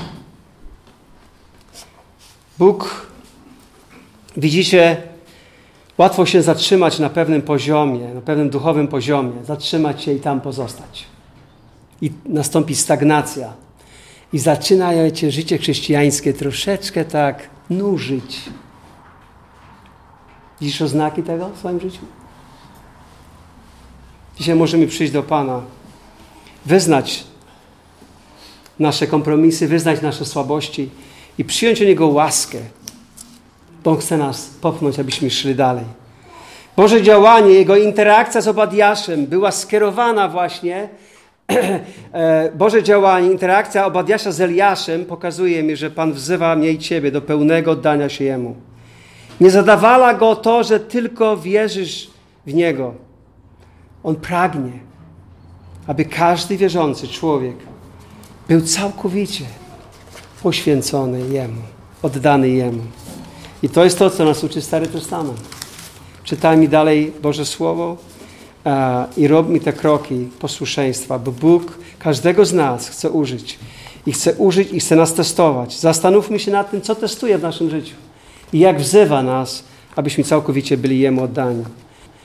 Bóg, widzicie, łatwo się zatrzymać na pewnym poziomie, na pewnym duchowym poziomie, zatrzymać się i tam pozostać. I nastąpi stagnacja. I zaczynacie życie chrześcijańskie troszeczkę tak nużyć. Widzisz oznaki tego w swoim życiu? Dzisiaj możemy przyjść do Pana, wyznać nasze kompromisy, wyznać nasze słabości i przyjąć od Niego łaskę, bo On chce nas popchnąć, abyśmy szli dalej. Boże działanie, Jego interakcja z Obadiaszem była skierowana właśnie, Boże działanie, interakcja Obadiasza z Eliaszem pokazuje mi, że Pan wzywa mnie i Ciebie do pełnego oddania się Jemu. Nie zadawala Go to, że tylko wierzysz w Niego. On pragnie, aby każdy wierzący człowiek był całkowicie poświęcony Jemu, oddany Jemu. I to jest to, co nas uczy Stary Testament. Czytaj mi dalej Boże Słowo uh, i rob mi te kroki posłuszeństwa, bo Bóg każdego z nas chce użyć. I chce użyć i chce nas testować. Zastanówmy się nad tym, co testuje w naszym życiu. I jak wzywa nas, abyśmy całkowicie byli Jemu oddani.